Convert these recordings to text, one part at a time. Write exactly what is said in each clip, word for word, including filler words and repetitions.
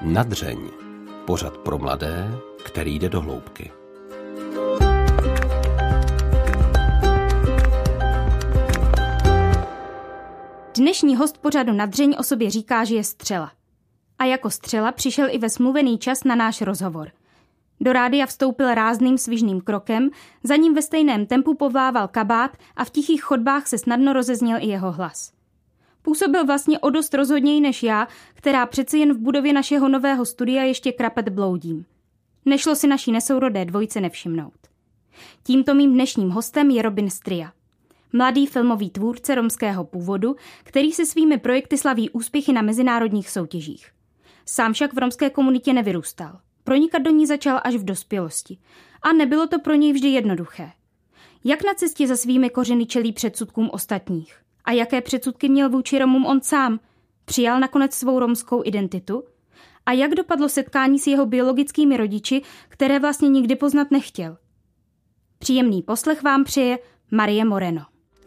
Nadřeň. Pořad pro mladé, který jde do hloubky. Dnešní host pořadu Nadřeň o sobě říká, že je střela. A jako střela přišel i ve smluvený čas na náš rozhovor. Do rádia vstoupil rázným svižným krokem, za ním ve stejném tempu povlával kabát a v tichých chodbách se snadno rozezněl i jeho hlas. Působil vlastně o dost rozhodněji než já, která přeci jen v budově našeho nového studia ještě krapet bloudím. Nešlo si naší nesourodé dvojice nevšimnout. Tímto mým dnešním hostem je Robin Stryja. Mladý filmový tvůrce romského původu, který se svými projekty slaví úspěchy na mezinárodních soutěžích. Sám však v romské komunitě nevyrůstal. Pronikat do ní začal až v dospělosti. A nebylo to pro něj vždy jednoduché. Jak na cestě za svými kořeny čelí předsudkům ostatních? A jaké předsudky měl vůči Romům on sám? Přijal nakonec svou romskou identitu? A jak dopadlo setkání s jeho biologickými rodiči, které vlastně nikdy poznat nechtěl? Příjemný poslech vám přeje Marie Moreno.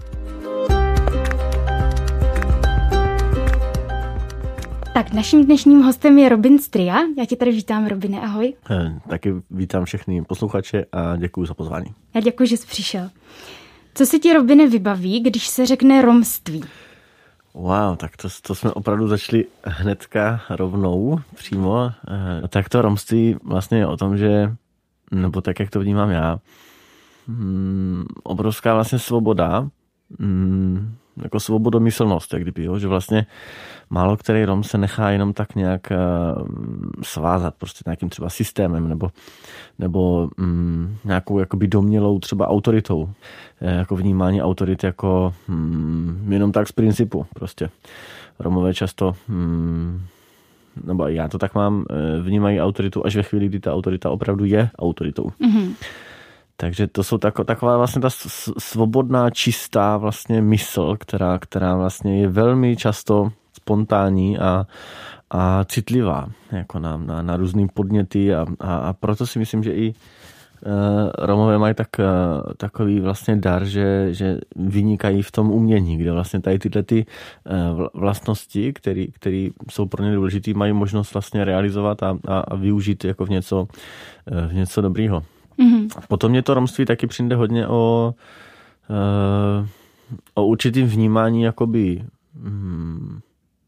Tak naším dnešním hostem je Robin Stryja. Já tě tady vítám, Robine, ahoj. Taky vítám všechny posluchače a děkuji za pozvání. Já děkuji, že jsi přišel. Co se ti, Robine, vybaví, když se řekne romství? Wow, tak to, to jsme opravdu začali hnedka rovnou, přímo. Tak to romství vlastně je o tom, že, nebo tak, jak to vnímám já, hmm, obrovská vlastně svoboda, hmm, jako svobodomyslnost, jak kdyby, jo? Že vlastně málo který Rom se nechá jenom tak nějak uh, svázat prostě nějakým třeba systémem nebo, nebo um, nějakou jakoby domnělou třeba autoritou. Jako vnímání autority jako um, jenom tak z principu prostě. Romové často, um, nebo já to tak mám, vnímají autoritu až ve chvíli, kdy ta autorita opravdu je autoritou. Mm-hmm. Takže to jsou tako, taková vlastně ta svobodná, čistá vlastně mysl, která, která vlastně je velmi často spontánní a, a citlivá jako na, na, na různý podněty a, a, a proto si myslím, že i uh, Romové mají tak, uh, takový vlastně dar, že, že vynikají v tom umění, kde vlastně tady tyhle ty uh, vlastnosti, které jsou pro ně důležité, mají možnost vlastně realizovat a, a, a využít jako v něco, uh, v něco dobrýho. Mm-hmm. Potom mě to romství taky přijde hodně o, uh, o určitým vnímání jakoby um,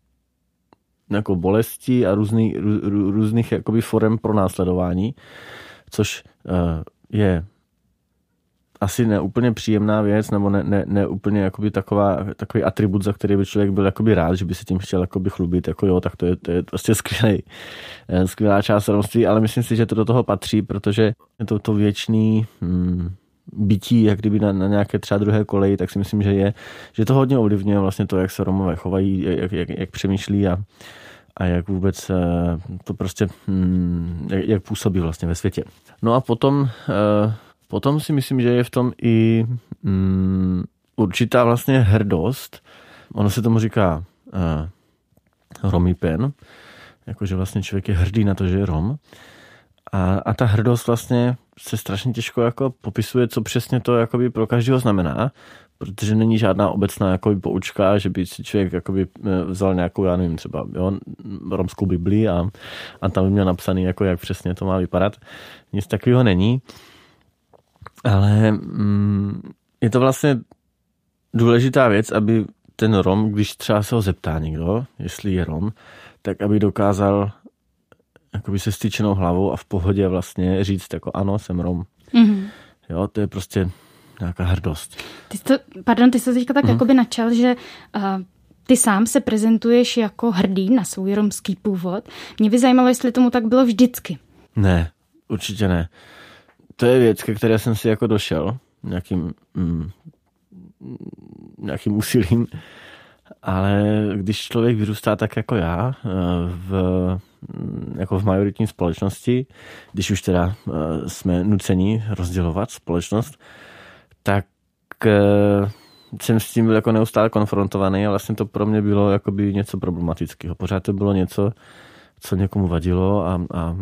jako bolesti a různý, rů, různých jakoby forem pro následování, což uh, je asi neúplně příjemná věc, nebo ne, ne, ne úplně jakoby taková, takový atribut, za který by člověk byl jakoby rád, že by se tím chtěl jakoby chlubit, jako jo, tak to je, to je prostě skvělý, skvělá část romství, ale myslím si, že to do toho patří, protože je to to věčný hmm, bytí, jak kdyby na, na nějaké třeba druhé koleji, tak si myslím, že je, že to hodně ovlivňuje vlastně to, jak se Romové chovají, jak, jak, jak přemýšlí a, a jak vůbec to prostě, hmm, jak, jak působí vlastně ve světě. No a potom Potom si myslím, že je v tom i mm, určitá vlastně hrdost. Ono se tomu říká uh, romípen, jakože vlastně člověk je hrdý na to, že je Rom. A, a ta hrdost vlastně se strašně těžko jako popisuje, co přesně to jakoby pro každého znamená, protože není žádná obecná jakoby poučka, že by si člověk jakoby vzal nějakou, já nevím, třeba jo, romskou Biblii a, a tam by měl napsaný, jako jak přesně to má vypadat. Nic takového není. Ale mm, je to vlastně důležitá věc, aby ten Rom, když třeba se ho zeptá někdo, jestli je Rom, tak aby dokázal jakoby se styčenou hlavou a v pohodě vlastně říct jako ano, jsem Rom. Mm-hmm. Jo, to je prostě nějaká hrdost. Ty jsi to, pardon, ty jsi to teďka tak mm-hmm. jakoby načal, že uh, ty sám se prezentuješ jako hrdý na svůj romský původ. Mě by zajímalo, jestli tomu tak bylo vždycky. Ne, určitě ne. To je věc, ke které jsem si jako došel nějakým, mm, nějakým úsilím, ale když člověk vyrůstá tak jako já v, jako v majoritní společnosti, když už teda jsme nuceni rozdělovat společnost, tak jsem s tím byl jako neustále konfrontovaný a vlastně to pro mě bylo jakoby něco problematického. Pořád to bylo něco, co někomu vadilo a, a,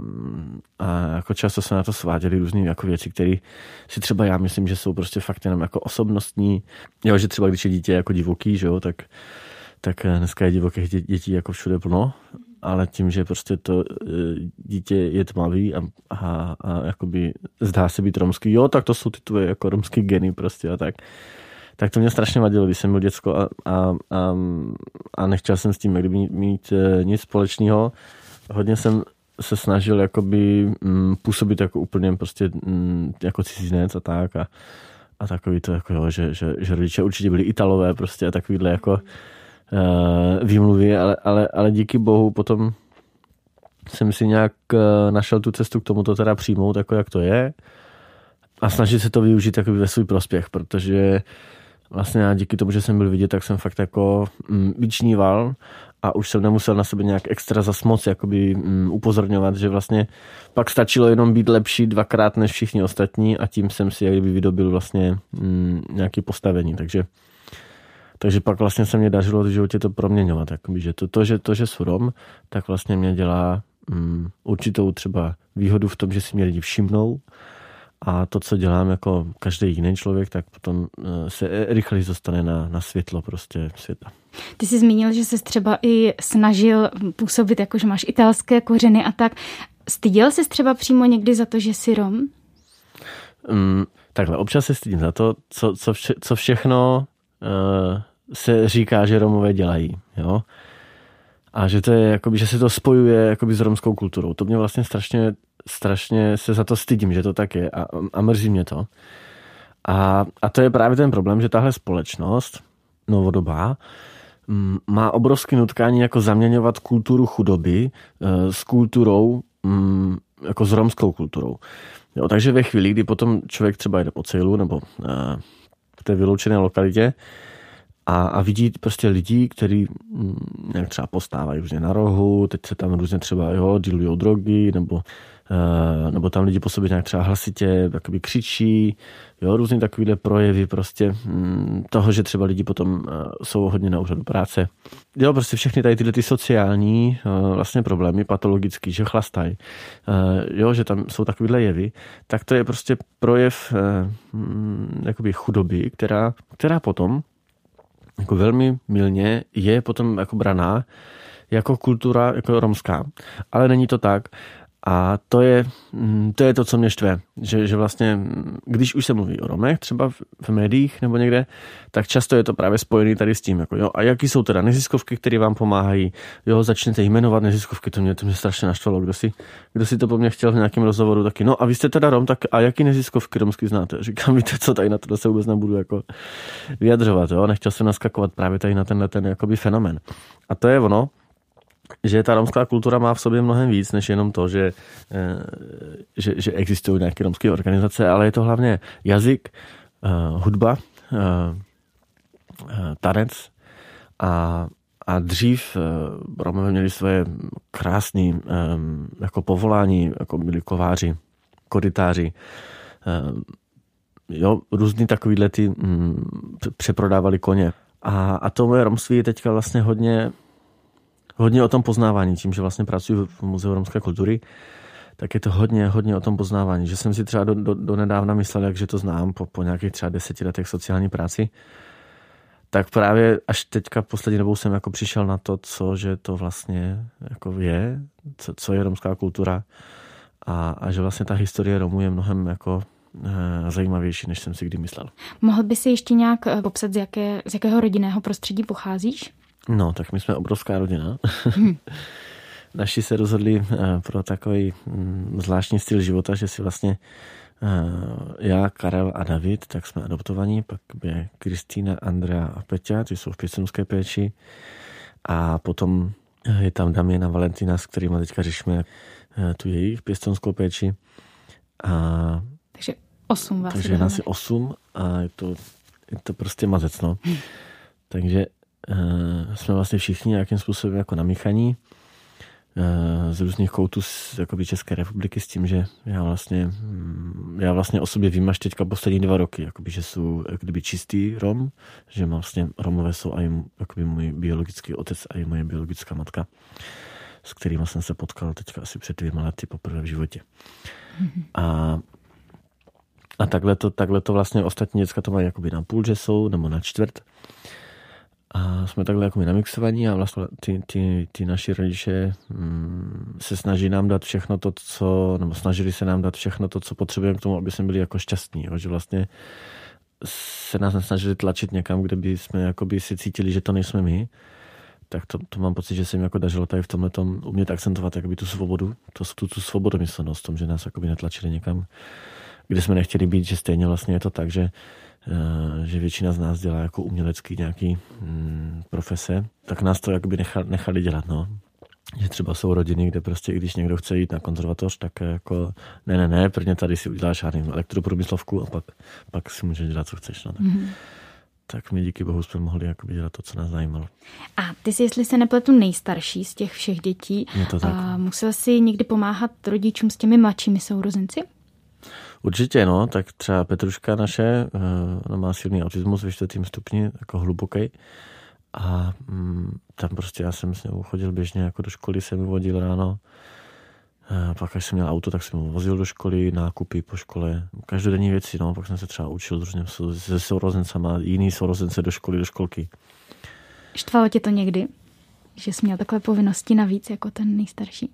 a jako často se na to sváděly různý jako věci, které si třeba já myslím, že jsou prostě fakt jenom jako osobnostní. Jo, že třeba když je dítě jako divoký, že jo, tak, tak dneska je divokých dětí jako všude plno ale tím, že prostě to dítě je tmavý a, a, a jakoby zdá se být romský, jo, tak to jsou ty tvoje jako romský geny prostě a tak. Tak to mě strašně vadilo, když jsem byl děcko a, a, a, a nechtěl jsem s tím kdyby mít, mít nic společného. Hodně jsem se snažil jakoby m, působit jako úplně prostě m, jako cizinec a tak a, a takový to jako jo, že, že, že rodiče určitě byli Italové prostě a takovýhle jako uh, výmluvy, ale, ale, ale díky bohu potom jsem si nějak uh, našel tu cestu k tomu to teda přijmout, jako jak to je a snažit se to využít jakoby ve svůj prospěch, protože vlastně já díky tomu, že jsem byl vidět, tak jsem fakt jako mm, vyčníval a už jsem nemusel na sebe nějak extra zas moc jakoby, mm, upozorňovat, že vlastně pak stačilo jenom být lepší dvakrát než všichni ostatní a tím jsem si jak kdyby vydobil vlastně mm, nějaké postavení. Takže, takže pak vlastně se mě dařilo v životě to proměňovat. Jakoby, že to, to, že, to, že jsou Rom, tak vlastně mě dělá mm, určitou třeba výhodu v tom, že si mě lidi všimnou. A to, co dělám jako každý jiný člověk, tak potom se rychleji dostane na, na světlo prostě světa. Ty jsi zmínil, že jsi třeba i snažil působit, jako že máš italské kořeny a tak. Styděl jsi třeba přímo někdy za to, že jsi Rom? Um, takhle, občas se stydím za to, co, co, vše, co všechno uh, se říká, že Romové dělají. Jo? A že to je, jakoby, že se to spojuje jakoby, s romskou kulturou. To mě vlastně strašně strašně se za to stydím, že to tak je a, a mrzí mě to. A, a to je právě ten problém, že tahle společnost novodobá m, má obrovské nutkání jako zaměňovat kulturu chudoby e, s kulturou, m, jako s romskou kulturou. Jo, takže ve chvíli, kdy potom člověk třeba jde po cejlu nebo e, v té vyloučené lokalitě a, a vidí prostě lidi, kteří nějak třeba postávají různě na rohu, teď se tam různě třeba jo, dealujou drogy, nebo Uh, nebo tam lidi po sobě nějak třeba hlasitě jakoby křičí, jo, různý takovýhle projevy prostě mm, toho, že třeba lidi potom uh, jsou hodně na úřadu práce. Jo, prostě všechny tady tyhle ty sociální uh, vlastně problémy, patologický, že chlastají, uh, jo, že tam jsou takovýhle jevy, tak to je prostě projev uh, mm, jakoby chudoby, která, která potom jako velmi mylně je potom jako braná jako kultura jako romská. Ale není to tak. A to je, to je to, co mě štve, že, že vlastně, když už se mluví o Romech, třeba v, v médiích nebo někde, tak často je to právě spojený tady s tím, jako jo, a jaký jsou teda neziskovky, které vám pomáhají, jo, začněte jmenovat neziskovky, to mě, to mě strašně naštvalo, kdo si, kdo si to po mně chtěl v nějakém rozhovoru taky, no a vy jste teda Rom, tak a jaký neziskovky romsky znáte? Říkám, víte co, tady na to se vůbec nebudu jako vyjadřovat, jo, nechtěl jsem naskakovat právě tady na tenhle ten jakoby fenomén. A to je ono, že ta romská kultura má v sobě mnohem víc, než jenom to, že, že, že existují nějaké romské organizace, ale je to hlavně jazyk, hudba, tanec a, a dřív Romové měli svoje krásné jako povolání, jako byli kováři, korytáři, jo, různý takovýhle ty přeprodávali koně. A, a to moje romství je teďka vlastně hodně hodně o tom poznávání, tím, že vlastně pracuji v Muzeu romské kultury, tak je to hodně, hodně o tom poznávání, že jsem si třeba do, do, do nedávna myslel, jak že to znám po, po nějakých třeba deseti letech sociální práci, tak právě až teďka poslední dobou jsem jako přišel na to, co že to vlastně jako je, co, co je romská kultura a, a že vlastně ta historie Romů je mnohem jako e, zajímavější, než jsem si kdy myslel. Mohl by si ještě nějak popsat, z, jaké, z jakého rodinného prostředí pocházíš? No, tak my jsme obrovská rodina. Hmm. Naši se rozhodli pro takový zvláštní styl života, že si vlastně já, Karel a David, tak jsme adoptovaní, pak je Kristýna, Andrea a Peťa, ty jsou v pěstounské péči a potom je tam Damian a Valentina, s kterými teďka řešíme tu jejich pěstounskou péči. A takže osm vás. Takže je nás je osm a je to, je to prostě mazec, no. Hmm. Takže Uh, jsme vlastně všichni nějakým způsobem jako namíchaní uh, z různých koutů z jakoby České republiky s tím, že já vlastně, já vlastně o sobě vím až teďka poslední dva roky, jakoby, že jsou jakoby čistý Rom, že vlastně Romové jsou i jakoby můj biologický otec a i moje biologická matka, s kterými jsem se potkal teďka asi před dvěma lety poprvé v životě. Mm-hmm. A A takhle to, takhle to vlastně ostatní děcka to mají jakoby na půl, že jsou, nebo na čtvrt. A jsme takhle jako namixovaní a vlastně ty, ty, ty naši rodiče mm, se snaží nám dát všechno to, co, nebo snažili se nám dát všechno to, co potřebujeme k tomu, aby jsme byli jako šťastní. Jo? Že vlastně se nás nesnažili tlačit někam, kde by jsme jakoby si cítili, že to nejsme my. Tak to, to mám pocit, že se jim jako dařilo tady v tomhletom umět akcentovat jakoby tu svobodu, to, tu, tu svobodomyslnost v tom, že nás jakoby netlačili někam, kde jsme nechtěli být, že stejně vlastně je to tak, že že většina z nás dělá jako umělecký nějaký mm, profese, tak nás to jakoby nechali, nechali dělat, no. Že třeba jsou rodiny, kde prostě, když někdo chce jít na konzervatoř, tak jako ne, ne, ne, prvně tady si uděláš elektroprůmyslovku a pak, pak si můžeš dělat, co chceš, no. Tak, mm-hmm. tak my díky bohu jsme mohli jakoby dělat to, co nás zajímalo. A ty jsi, jestli se nepletu, nejstarší z těch všech dětí. Je to tak. A musel jsi někdy pomáhat rodičům s těmi mladšími sourozenci? Určitě, no, tak třeba Petruška naše, ona má silný autismus ve čtvrtém stupni, jako hluboký. A mm, tam prostě já jsem s ním chodil běžně, jako do školy jsem vodil ráno. A pak, až jsem měl auto, tak jsem ho vozil do školy, nákupy po škole, každodenní věci, no, pak jsem se třeba učil různě se sourozencama, jiný sourozence do školy, do školky. Štvalo tě to někdy, že jsi měl takové povinnosti navíc jako ten nejstarší?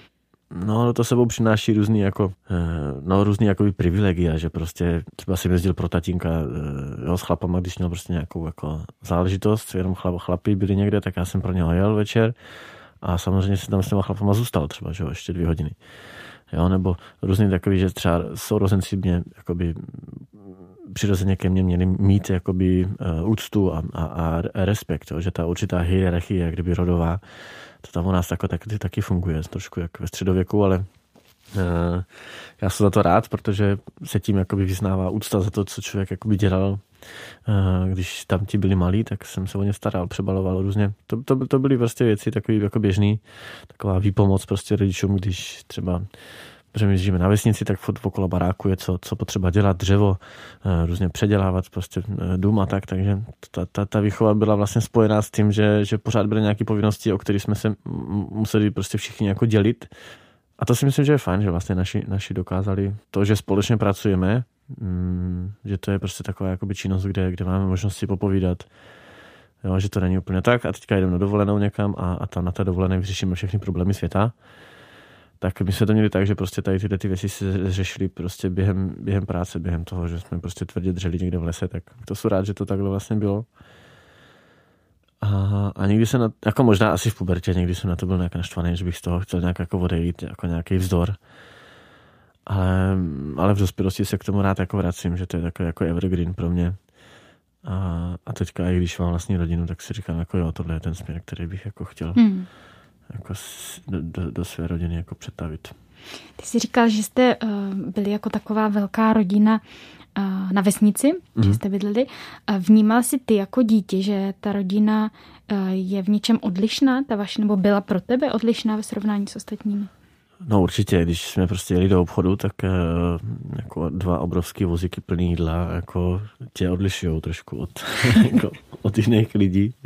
No, to sebou přináší různý jako, no, různý jakoby privilegia, že prostě třeba jsem jezdil pro tatínka, jo, s chlapama, když měl prostě nějakou jako záležitost, jenom chlap, chlapi byli někde, tak já jsem pro něho jel večer a samozřejmě jsem tam s těma chlapama zůstal třeba, že jo, ještě dvě hodiny. Jo, nebo různý takový, že třeba sourozenci mě jakoby přirozeně ke mně měli mít jakoby úctu a, a, a respekt, jo, že ta určitá hierarchie, jak kdyby rodová, to tam u nás tako, taky, taky funguje, trošku jak ve středověku, ale uh, já jsem za to rád, protože se tím jakoby vyznává úcta za to, co člověk jakoby dělal. Uh, když tam ti byli malí, tak jsem se o ně staral, přebaloval různě. To, to, to byly prostě věci takový jako běžný, taková výpomoc prostě rodičům, když třeba protože my žijeme na vesnici, tak furt okolo baráku je co, co potřeba dělat, dřevo, různě předělávat prostě dům a tak, takže ta, ta, ta výchova byla vlastně spojená s tím, že, že pořád byly nějaké povinnosti, o kterých jsme se museli prostě všichni jako dělit. A to si myslím, že je fajn, že vlastně naši, naši dokázali to, že společně pracujeme, že to je prostě taková jakoby činnost, kde, kde máme možnost si popovídat, jo, že to není úplně tak a teďka jdeme na dovolenou někam a, a tam na té dovolené vyřešíme všechny problémy světa. Tak my jsme to měli tak, že prostě tady tyhle ty věci se řešily prostě během, během práce, během toho, že jsme prostě tvrdě dřeli někde v lese, tak to jsou rád, že to takhle vlastně bylo. A, a někdy jsem, na, jako možná asi v pubertě, někdy jsem na to byl nějak naštvaný, že bych z toho chtěl nějak jako odejít, jako nějaký vzdor. Ale, ale v dospělosti se k tomu rád jako vracím, že to je takový jako evergreen pro mě. A, a teďka, i když mám vlastní rodinu, tak si říkám, jako jo, tohle je ten směr, který bych jako chtěl. Hmm. Jako do, do, do své rodiny jako přetavit. Ty jsi říkal, že jste uh, byli jako taková velká rodina uh, na vesnici, mm. že jste bydleli. Uh, vnímal jsi ty jako dítě, že ta rodina uh, je v něčem odlišná, ta vaše, nebo byla pro tebe odlišná ve srovnání s ostatními? No určitě, když jsme prostě jeli do obchodu, tak uh, jako dva obrovský vozíky plný jídla jako tě odlišujou trošku od, jako, od jiných lidí.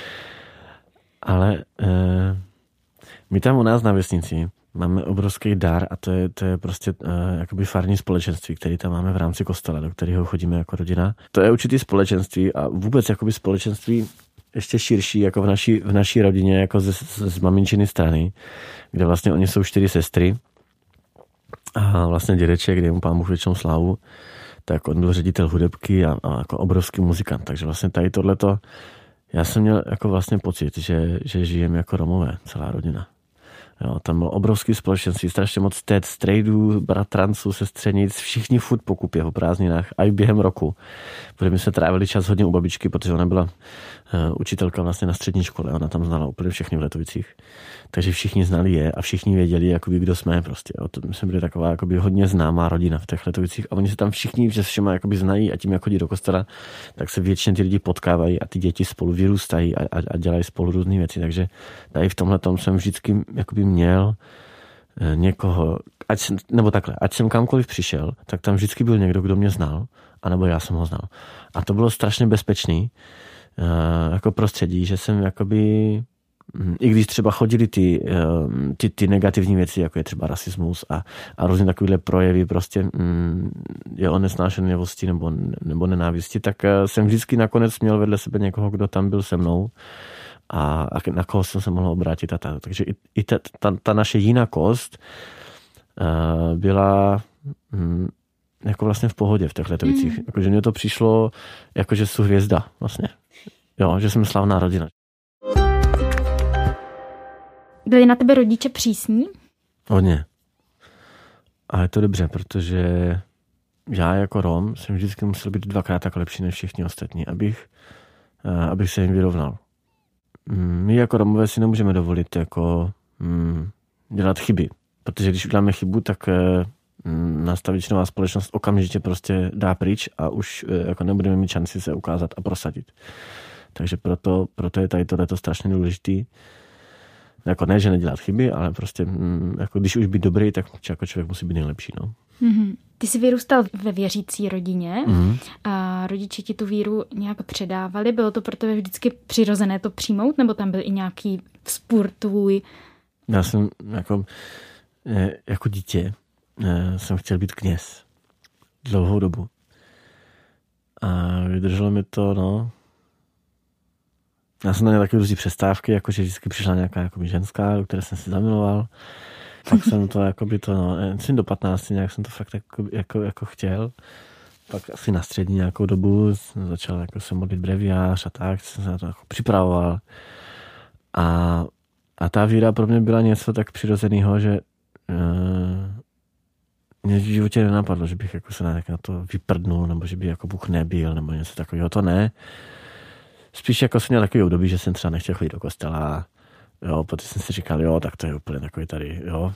Ale uh, my tam u nás na vesnici máme obrovský dar a to je, to je prostě uh, jakoby farní společenství, který tam máme v rámci kostela, do kterého chodíme jako rodina. To je určitý společenství a vůbec jakoby společenství ještě širší jako v naší, v naší rodině, jako z, z maminčiny strany, kde vlastně oni jsou čtyři sestry a vlastně dědeček, kde mu pán Bůh většinou slávu, tak on byl ředitel hudebky a, a jako obrovský muzikant. Takže vlastně tady tohleto, já jsem měl jako vlastně pocit, že, že žijeme jako Romové, celá rodina. Jo, tam bylo obrovský společenství, strašně moc tét, strejdů, bratranců, sestřenic, všichni furt po kupě, po prázdninách, a i během roku. Protože my jsme trávili čas hodně u babičky, protože ona byla uh, učitelka vlastně na střední škole, ona tam znala úplně všechny v Letovicích. Takže všichni znali je a všichni věděli, jakoby, kdo jsme prostě. Jo. To my jsme byli taková jakoby, hodně známá rodina v těch Letovicích a oni se tam všichni že všema jakoby, znají a tím, jak chodí do kostela, tak se většině ty lidi potkávají a ty děti spolu vyrůstají a, a, a dělají spolu různé věci. Takže tady v tomhle tom jsem vždycky jakoby, měl někoho, ať jsem, nebo takhle, ať jsem kamkoliv přišel, tak tam vždycky byl někdo, kdo mě znal, anebo já jsem ho znal. A to bylo strašně bezpečný uh, jako prostředí, že jsem jakoby i když třeba chodili ty, ty, ty negativní věci, jako je třeba rasismus a, a různě takovéhle projevy prostě je o nesnášenlivosti nebo, nebo nenávisti, tak jsem vždycky nakonec měl vedle sebe někoho, kdo tam byl se mnou a, a na koho jsem se mohl obrátit a tak. Takže i, i ta, ta, ta naše jinakost uh, byla um, jako vlastně v pohodě v těchto věcích. Mm. Jakože mně to přišlo, jakože jsou hvězda vlastně. Jo, že jsem slavná rodina. Byli na tebe rodiče přísní? Hodně. A je to dobře, protože já jako Rom jsem vždycky musel být dvakrát tak lepší než všichni ostatní, abych, abych se jim vyrovnal. My jako Romové si nemůžeme dovolit jako dělat chyby, protože když uděláme chybu, tak nás ta většinová společnost okamžitě prostě dá pryč a už jako nebudeme mít šanci se ukázat a prosadit. Takže proto, proto je tady tohleto strašně důležitý. Jako ne, že nedělat chyby, ale prostě jako když už být dobrý, tak jako člověk musí být nejlepší. No. Mm-hmm. Ty jsi vyrůstal ve věřící rodině Mm-hmm. a rodiče ti tu víru nějak předávali. Bylo to pro tebe vždycky přirozené to přijmout, nebo tam byl i nějaký vzpůr tvůj? Já jsem jako, jako dítě jsem chtěl být kněz dlouhou dobu. A vydrželo mi to, no. Já jsem měl takové různý přestávky, jakože vždycky přišla nějaká jakoby ženská, do které jsem se zamiloval. Pak jsem to, jakoby to, no, jsem do patnácti nějak jsem to fakt jako, jako, jako chtěl. Pak asi na střední nějakou dobu jsem začal jako se modlit breviář a tak, jsem se na to jako připravoval. A, a ta víra pro mě byla něco tak přirozeného, že uh, mě v životě nenapadlo, že bych jako se na, na to vyprdnul, nebo že by jako Bůh nebyl, nebo něco takového, to ne. Spíš jako jsem měl takový období, že jsem třeba nechtěl chodit do kostela, jo, protože jsem si říkal, jo, tak to je úplně takový tady, jo,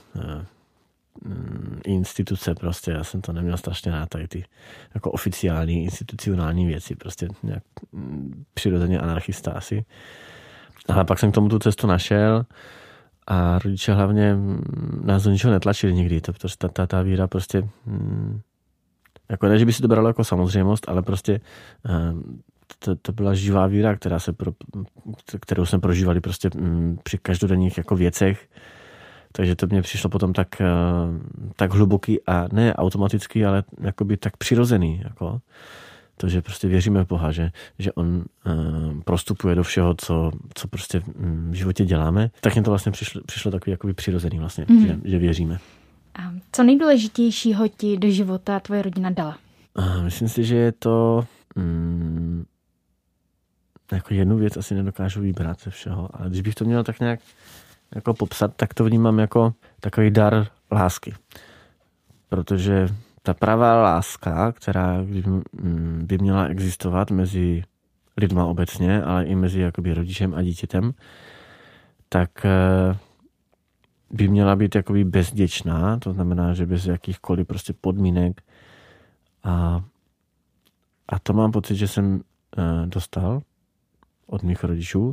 instituce prostě, já jsem to neměl strašně rád, tady ty jako oficiální, institucionální věci, prostě nějak přirozeně anarchista asi. Ale pak jsem k tomu tu cestu našel a rodiče hlavně nás do ničeho netlačili nikdy, to, protože ta, ta, ta víra prostě, jako ne, že by si to bralo jako samozřejmost, ale prostě To, to byla živá víra, která se pro, kterou jsme prožívali prostě při každodenních jako věcech. Takže to mně přišlo potom tak, tak hluboký a ne automatický, ale jakoby tak přirozený. Jako. To, že prostě věříme v Boha, že, že on uh, prostupuje do všeho, co, co prostě v životě děláme. Tak mně to vlastně přišlo, přišlo takový jakoby přirozený vlastně, mm. že, že věříme. A co nejdůležitějšího ti do života tvoje rodina dala? Uh, myslím si, že je to... Um, jako jednu věc asi nedokážu vybrat ze všeho, ale když bych to měl tak nějak jako popsat, tak to vnímám jako takový dar lásky. Protože ta pravá láska, která by měla existovat mezi lidma obecně, ale i mezi jakoby rodičem a dítětem, tak by měla být jakoby bezděčná, to znamená, že bez jakýchkoliv prostě podmínek. A, a to mám pocit, že jsem dostal od mých rodičů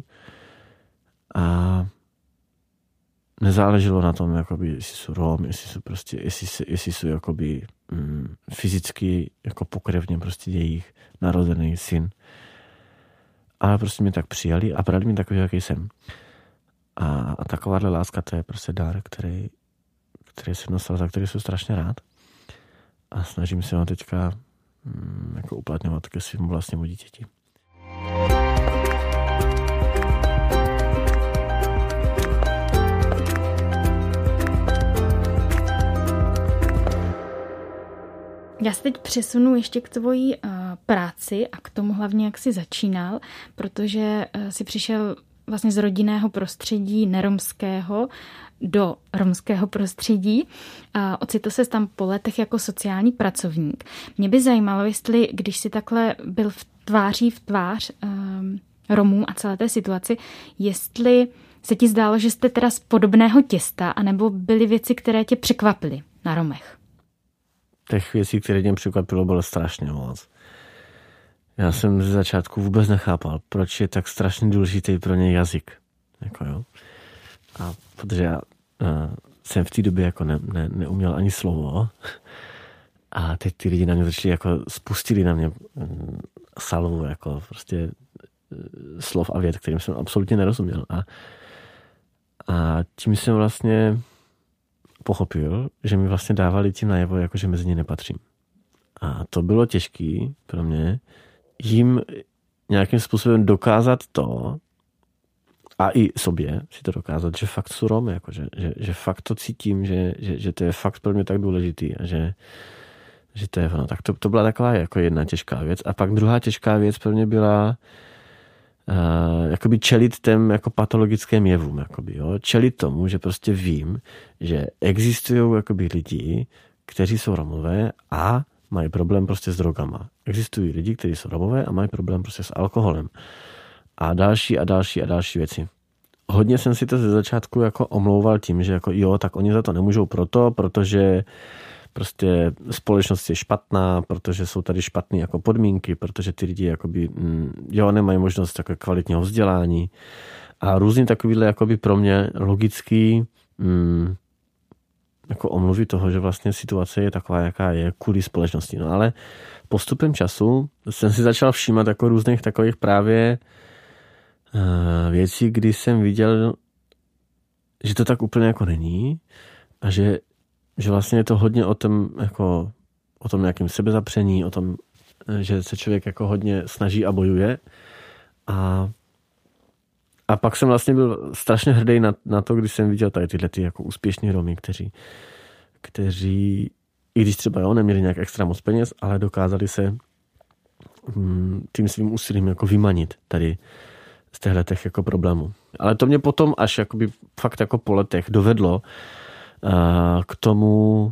a nezáleželo na tom, jakoby, jestli jsou Rom, jestli jsou prostě, jestli, jestli jsou jakoby mm, fyzicky jako pokrevně prostě jejich narozený syn. Ale prostě mě tak přijali a brali mě takový, jaký jsem. A, a takováhle láska, to je prostě dar, který, který jsem dostal, za který jsem strašně rád. A snažím se ho teďka mm, jako uplatňovat ke svým vlastnímu dítěti. Já se teď přesunu ještě k tvojí uh, práci a k tomu hlavně, jak jsi začínal, protože uh, jsi přišel vlastně z rodinného prostředí neromského do romského prostředí. A ocitl se tam po letech jako sociální pracovník. Mě by zajímalo, jestli, když jsi takhle byl v tváří v tvář um, Romům a celé té situaci, jestli se ti zdálo, že jste teda z podobného těsta, anebo byly věci, které tě překvapily na Romech? Těch věcí, které mě překvapilo, bylo strašně moc. Já jsem ze začátku vůbec nechápal, proč je tak strašně důležitý pro ně jazyk. Jako jo. A protože já uh, jsem v té době jako ne, ne, neuměl ani slovo. A teď ty lidi na mě začali jako spustili na mě um, salvu jako prostě uh, slov a vět, kterým jsem absolutně nerozuměl. A A tím jsem vlastně pochopil, že mi vlastně dávali tím najevo, jako že mezi ně nepatřím. A to bylo těžké pro mě jim nějakým způsobem dokázat to, a i sobě si to dokázat, že fakt jsou Romy, jako že, že, že fakt to cítím, že, že, že to je fakt pro mě tak důležitý a že, že to je ono. Tak to, to byla taková jako jedna těžká věc. A pak druhá těžká věc pro mě byla uh, jakoby čelit těm jako patologickým jevům. Jakoby, jo? Čelit tomu, že prostě vím, že existují jakoby lidi, kteří jsou Romové a mají problém prostě s drogama. Existují lidi, kteří jsou Romové a mají problém prostě s alkoholem. A další a další a další věci. Hodně jsem si to ze začátku jako omlouval tím, že jako jo, tak oni za to nemůžou proto, protože prostě společnost je špatná, protože jsou tady špatné jako podmínky, protože ty lidi jakoby, jo, nemají možnost takové kvalitního vzdělání. A různý takovýhle jakoby pro mě logický mm, jako omluvy toho, že vlastně situace je taková, jaká je kvůli společnosti. No ale postupem času jsem si začal všímat jako různých takových právě věcí, kdy jsem viděl, že to tak úplně jako není a že, že vlastně je to hodně o tom, jako, o tom nějakém sebezapření, o tom, že se člověk jako hodně snaží a bojuje. A, a pak jsem vlastně byl strašně hrdý na, na to, když jsem viděl tady tyhle ty jako úspěšní Romy, kteří, kteří i když třeba jo, neměli nějak extra moc peněz, ale dokázali se hm, tím svým úsilím jako vymanit tady z těchto jako problémů. Ale to mě potom až jakoby fakt jako po letech dovedlo uh, k tomu,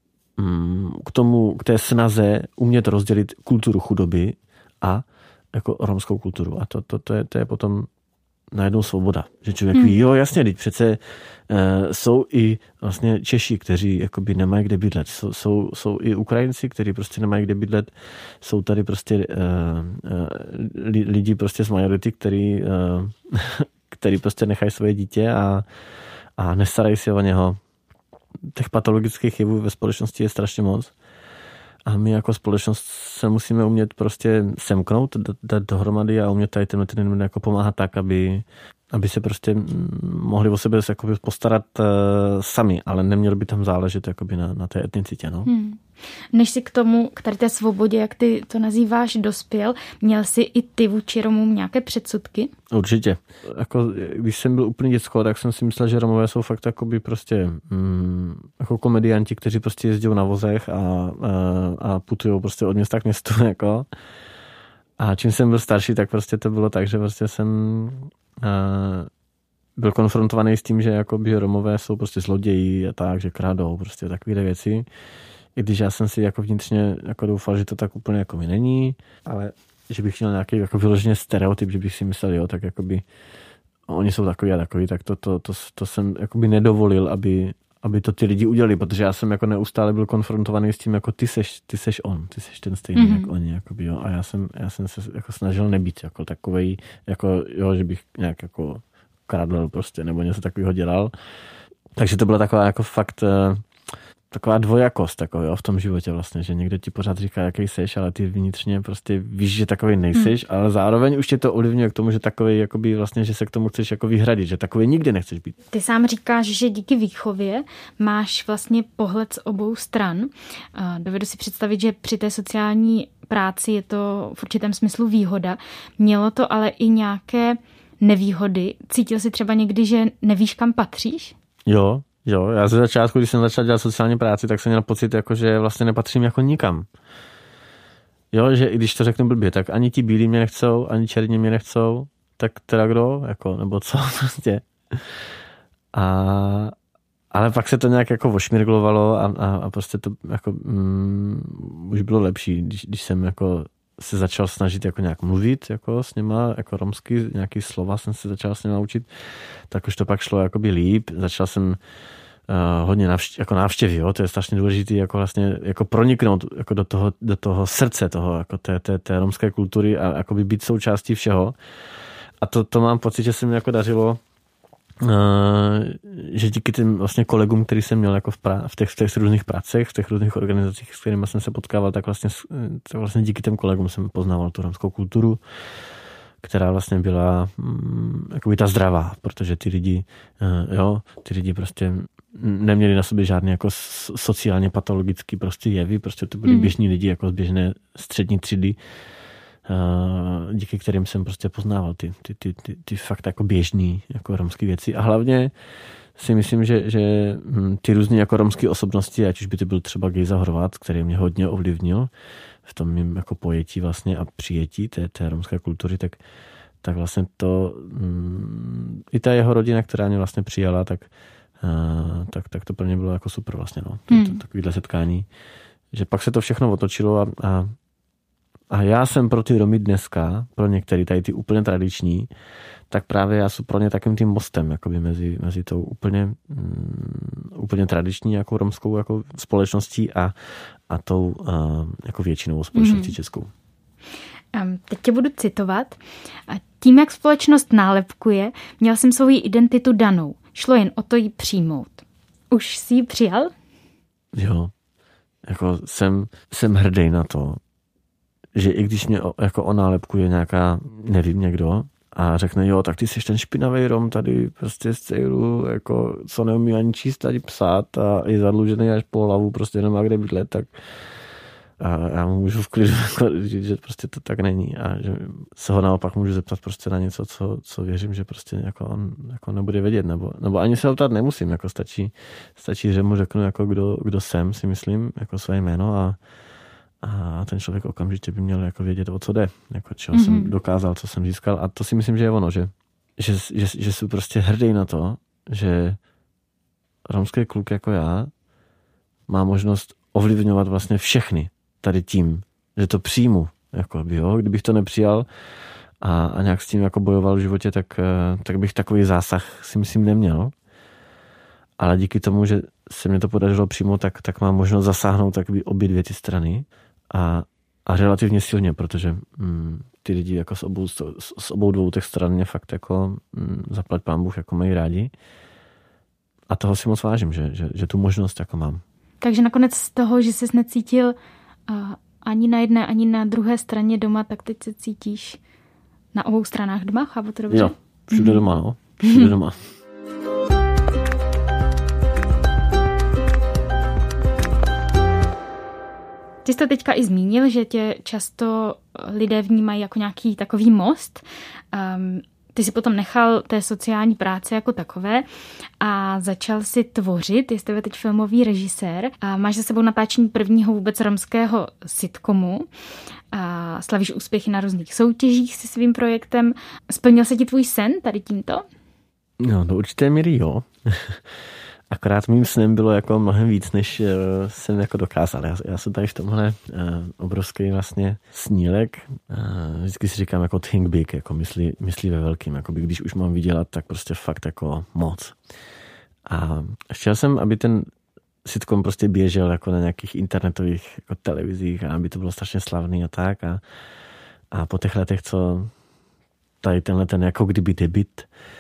um, k tomu, k té snaze umět rozdělit kulturu chudoby a jako romskou kulturu. A to, to, to, je, to je potom najednou svoboda. Že člověk hmm. ví, jo, jasně, teď přece uh, jsou i vlastně Češi, kteří jakoby nemají kde bydlet. Jsou, jsou, jsou i Ukrajinci, kteří prostě nemají kde bydlet. Jsou tady prostě uh, uh, lidi prostě z majority, který, uh, který prostě nechají svoje dítě a, a nestarají se o něho. Těch patologických jevů ve společnosti je strašně moc. A my jako společnost se musíme umět prostě semknout, dát dohromady a umět tady tenhle ten jako pomáhat tak, aby, aby se prostě mohli o sebe postarat uh, sami, ale nemělo by tam záležet jakoby na, na té etnicitě. No. Hmm. Než si k tomu, k tady té svobodě, jak ty to nazýváš, dospěl, měl jsi i ty vůči Romům nějaké předsudky? Určitě. Jako, když jsem byl úplně děcko, tak jsem si myslel, že Romové jsou fakt jakoby prostě mm, jako komedianti, kteří prostě jezdí na vozech a, a, a putují prostě od města k městu. Jako. A čím jsem byl starší, tak prostě to bylo tak, že prostě jsem a, byl konfrontovaný s tím, že jakoby Romové jsou prostě zloději a tak, že krádou prostě takové věci. I když já jsem si jako vnitřně jako doufal, že to tak úplně jako mi není, ale že bych měl nějaký jako vyloženě stereotyp, že bych si myslel, jo, tak jakoby oni jsou takový a takový, tak to, to, to, to jsem jakoby nedovolil, aby, aby to ty lidi udělali, protože já jsem jako neustále byl konfrontovaný s tím, jako ty seš, ty seš on, ty seš ten stejný, mm-hmm. jako oni, jakoby, jo, a já jsem, já jsem se jako snažil nebýt jako takovej, jako, jo, že bych nějak jako kradl prostě, nebo něco takového dělal. Takže to byla taková jako fakt taková dvojakost jako, jo, v tom životě vlastně, že někdo ti pořád říká, jaký seš, ale ty vnitřně prostě víš, že takovej nejseš, hmm. ale zároveň už tě to ovlivňuje k tomu, že takovej jakoby vlastně, že se k tomu chceš jako vyhradit, že takovej nikdy nechceš být. Ty sám říkáš, že díky výchově máš vlastně pohled z obou stran. Dovedu si představit, že při té sociální práci je to v určitém smyslu výhoda. Mělo to ale i nějaké nevýhody. Cítil jsi třeba někdy, že nevíš, kam patříš? Jo. Jo, já ze začátku, když jsem začal dělat sociální práci, tak jsem měl pocit, jako, že vlastně nepatřím jako nikam. Jo, že i když to řeknu blbě, tak ani ti bílí mě nechcou, ani černí mě nechcou, tak teda kdo, jako, nebo co prostě. A, ale pak se to nějak jako ošmirglovalo a, a, a prostě to jako mm, už bylo lepší, když, když jsem jako se začal snažit jako nějak mluvit jako s něma, jako romsky, nějaký slova jsem se začal s něma učit, tak už to pak šlo jakoby líp. Začal jsem uh, hodně návštěv, jako návštěvy, jo? To je strašně důležité jako vlastně jako proniknout jako do toho, do toho srdce toho, jako té, té, té romské kultury a jakoby být součástí všeho. A to, to mám pocit, že se mi jako dařilo, Uh, že díky těm vlastně kolegům, který jsem měl jako v, pra- v, těch, v těch různých pracech, v těch různých organizacích, s kterými jsem se potkával, tak vlastně, tak vlastně díky těm kolegům jsem poznával tu romskou kulturu, která vlastně byla mm, jakoby ta zdravá, protože ty lidi, uh, jo, ty lidi prostě neměli na sobě žádný jako sociálně patologický prostě jevy, prostě to byli mm. běžní lidi jako z běžné střední třídy, uh, díky kterým jsem prostě poznával ty, ty, ty, ty, ty fakt jako běžný jako romské věci a hlavně si myslím, že, že ty různé jako romské osobnosti, ať už by to byl třeba Gejza Horváth, který mě hodně ovlivnil v tom mým jako pojetí vlastně a přijetí té, té romské kultury, tak, tak vlastně to mm, i ta jeho rodina, která mě vlastně přijala, tak, uh, tak, tak to pro mě bylo jako super vlastně, no. Hmm. To, to, takovýhle setkání. Že pak se to všechno otočilo a, a, a já jsem pro ty Romy dneska, pro některé tady ty úplně tradiční, tak právě já jsem pro ně takým tím mostem jakoby mezi, mezi tou úplně, um, úplně tradiční jako romskou jako společností a, a tou uh, jako většinovou společností mm. českou. Um, teď tě budu citovat. Tím, jak společnost nálepkuje, měl jsem svou identitu danou. Šlo jen o to ji přijmout. Už jsi ji přijal? Jo. Jako jsem, jsem hrdý na to, že i když mě jako onálepkuje nějaká, nevím, někdo, a řekne, jo, tak ty jsi ten špinavý Rom tady prostě z cejlu, jako co neumí ani číst, ani psát a je zadlužený až po hlavu, prostě nemá kde bydlet, tak a já mu můžu v klidu říct, že prostě to tak není a že se ho naopak můžu zeptat prostě na něco, co, co věřím, že prostě jako on jako nebude vědět, nebo, nebo ani se ho ptát nemusím, jako stačí, stačí, že mu řeknu, jako kdo, kdo jsem, si myslím, jako své jméno a a ten člověk okamžitě by měl jako vědět, o co jde, jako čeho mm-hmm. jsem dokázal, co jsem získal a to si myslím, že je ono, že, že, že, že jsem prostě hrdý na to, že romský kluk jako já má možnost ovlivňovat vlastně všechny tady tím, že to přijmu, jako by, jo, kdybych to nepřijal a, a nějak s tím jako bojoval v životě, tak, tak bych takový zásah si myslím neměl. Ale díky tomu, že se mě to podařilo přijmout, tak, tak mám možnost zasáhnout takový obě dvě ty strany a, a relativně silně, protože mm, ty lidi jako z obou, z, z obou dvou těch stran mě fakt jako mm, zaplať pán Bůh jako mají rádi a toho si moc vážím, že, že, že tu možnost jako mám. Takže nakonec z toho, že jsi necítil uh, ani na jedné, ani na druhé straně doma, tak teď se cítíš na obou stranách doma, chápu to dobře? Jo, všude mm-hmm. doma, no. Všude doma. Ty jsi to teďka i zmínil, že tě často lidé vnímají jako nějaký takový most. Um, ty jsi potom nechal té sociální práce jako takové a začal si tvořit. Jsi teď filmový režisér a máš za sebou natáčení prvního vůbec romského sitcomu. A slavíš úspěchy na různých soutěžích se svým projektem. Splnil se ti tvůj sen tady tímto? No, do určité míry jo. Akorát mým snem bylo jako mnohem víc, než uh, jsem jako dokázal. Já, já jsem tady v tomhle uh, obrovský vlastně snílek. Uh, vždycky si říkám jako think big, jako myslí, myslí ve velkým. Jako by, když už mám vydělat, tak prostě fakt jako moc. A chtěl jsem, aby ten sitcom prostě běžel jako na nějakých internetových jako televizích a aby to bylo strašně slavný a tak. A, a po těch letech, co tady tenhle ten jako kdyby debit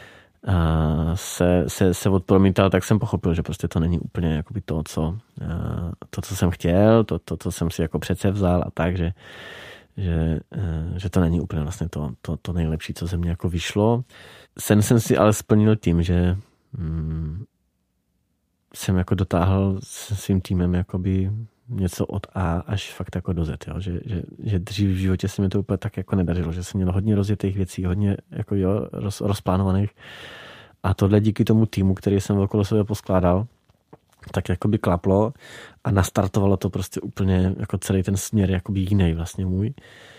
a se, se, se odpromítal, tak jsem pochopil, že prostě to není úplně jakoby to, co, to, co jsem chtěl, to, to, co jsem si jako přece vzal a tak, že, že, že to není úplně vlastně to, to, to nejlepší, co ze mě jako vyšlo. Sen jsem si ale splnil tím, že hm, jsem jako dotáhl se svým týmem jakoby něco od A až fakt jako do Z, jo? Že, že, že dřív v životě se mi to úplně tak jako nedařilo, že jsem měl hodně rozjetých věcí, hodně jako jo, roz, rozplánovaných a tohle díky tomu týmu, který jsem okolo sebe poskládal, tak jakoby klaplo a nastartovalo to prostě úplně jako celý ten směr jakoby jiný vlastně můj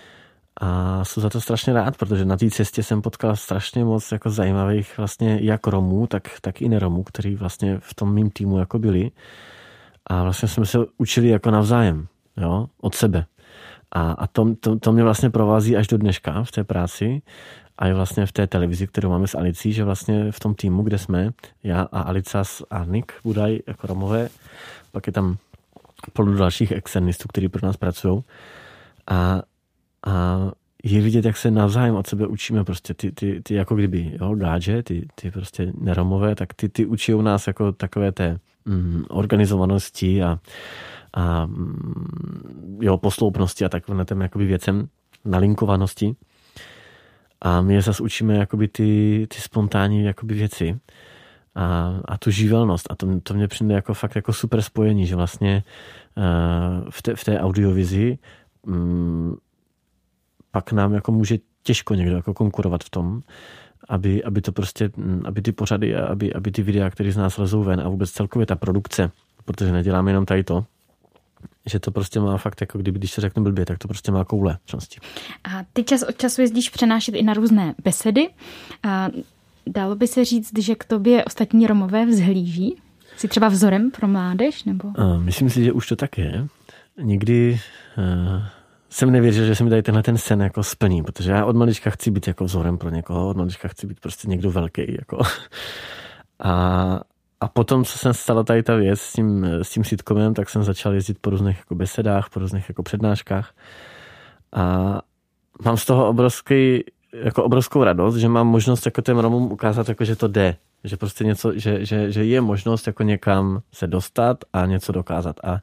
a jsem za to strašně rád, protože na té cestě jsem potkal strašně moc jako zajímavých vlastně jak Romů, tak, tak i neromů, který vlastně v tom mým týmu jako byli. A vlastně jsme se učili jako navzájem, jo, od sebe. A, a to, to, to mě vlastně provází až do dneška v té práci a i vlastně v té televizi, kterou máme s Alicí, že vlastně v tom týmu, kde jsme, já a Alica s Arnik Budaj jako Romové, pak je tam plno dalších externistů, kteří pro nás pracují. A, a je vidět, jak se navzájem od sebe učíme prostě ty, ty, ty jako kdyby, jo, gádže, ty, ty prostě neromové, tak ty, ty učí nás jako takové té mm, organizovanosti a, a mm, jo, posloupnosti a takovým těm jakoby věcem, nalinkovanosti. A my je zase učíme jakoby ty, ty spontánní jakoby věci a, a tu živelnost. A to, to mě přijde jako fakt jako super spojení, že vlastně uh, v, té, v té audiovizi um, pak nám jako může těžko někdo jako konkurovat v tom, aby, aby to prostě, aby ty pořady, aby, aby ty videa, které z nás lezou ven a vůbec celkově ta produkce, protože neděláme jenom tady to, že to prostě má fakt, jako kdyby, když se řekne blbě, tak to prostě má koule. A ty čas od času jezdíš přenášet i na různé besedy. A dalo by se říct, že k tobě ostatní Romové vzhlíží? Jsi třeba vzorem pro mládež? Nebo? A myslím si, že už to tak je. Nikdy uh, jsem nevěřil, že se mi tady tenhle ten sen jako splní, protože já od malička chci být jako vzorem pro někoho, od malička chci být prostě někdo velký. Jako. A A potom, co jsem stala tady ta věc s tím, s tím sitcomem, tak jsem začal jezdit po různých jako besedách, po různých jako přednáškách. A mám z toho obrovský, jako obrovskou radost, že mám možnost jako těm Romům ukázat, jako, že to jde. Že prostě něco, že, že, že je možnost jako někam se dostat a něco dokázat. A,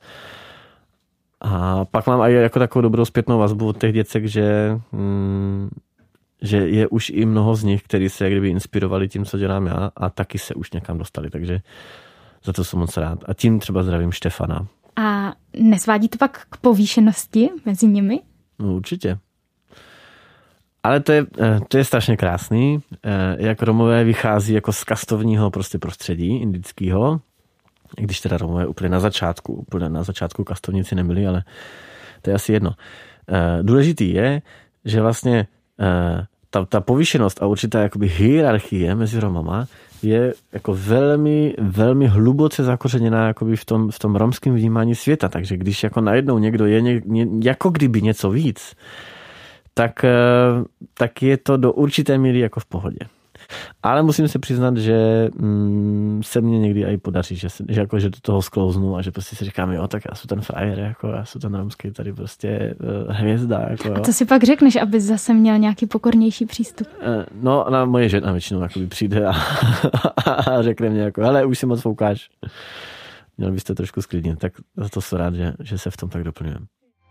a pak mám i jako takovou dobrou zpětnou vazbu od těch děcek, že... Hmm, že je už i mnoho z nich, kteří se kdyby inspirovali tím, co dělám já a taky se už někam dostali, takže za to jsem moc rád. A tím třeba zdravím Štefana. A nesvádí to pak k povýšenosti mezi nimi? No určitě. Ale to je, to je strašně krásný, jak Romové vychází jako z kastovního prostě prostředí indického, i když teda Romové úplně na začátku, úplně na začátku kastovníci nebyli, ale to je asi jedno. Důležitý je, že vlastně Ta, ta povýšenost a určitá jakoby hierarchie mezi Romama je jako velmi, velmi hluboce zakořeněná jakoby v tom, v tom romském vnímání světa. Takže když jako najednou někdo je ně, ně, jako kdyby něco víc, tak, tak je to do určité míry jako v pohodě. Ale musím se přiznat, že mm, se mně někdy i podaří, že, se, že, jako, že do toho sklouznu a že prostě si říkám, jo, tak já jsem ten frajer, jako, já jsem ten romský tady prostě uh, hvězda. Jako, jo. A co si pak řekneš, aby zase měl nějaký pokornější přístup? Uh, no, na moje žena většinou jakoby přijde a, a řekne mě, jako, hele, už si moc foukáš. Měl byste trošku sklidnit, tak za to jsem rád, že, že se v tom tak doplňujeme.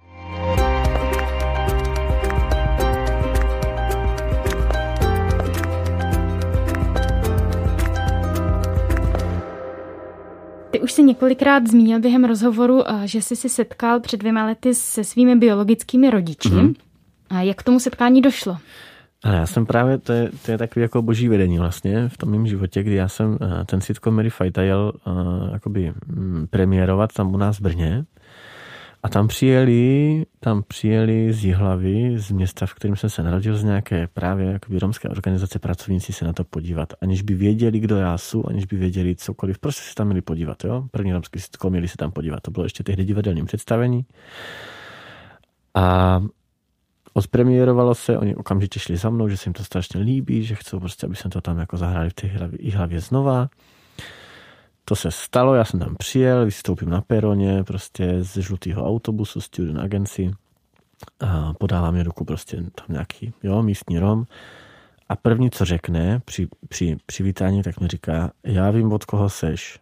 Ty už si několikrát zmínil během rozhovoru, že jsi si setkal před dvěma lety se svými biologickými rodiči. Mm-hmm. A jak k tomu setkání došlo? Ale já jsem právě, to je, to je takový jako boží vedení vlastně v tom mém životě, kdy já jsem ten sitcom Mary Fajta jel uh, jakoby premiérovat tam u nás v Brně. A tam přijeli, tam přijeli z Jihlavy, z města, v kterém jsem se narodil, z nějaké právě jakoby romské organizace pracovníci se na to podívat. Aniž by věděli, kdo já jsem, aniž by věděli cokoliv. Prostě se tam měli podívat, jo. První romský sitcom měli se tam podívat. To bylo ještě tehdy divadelním představení. A odpremiérovalo se, oni okamžitě šli za mnou, že se jim to strašně líbí, že chcou prostě, aby jsme to tam jako zahráli v té Jihlavě znova. To se stalo, já jsem tam přijel, vystoupím na peroně prostě z žlutého autobusu, student agency a podává mě ruku prostě tam nějaký, jo, místní Rom a první, co řekne při, při přivítání, tak mi říká, já vím, od koho seš.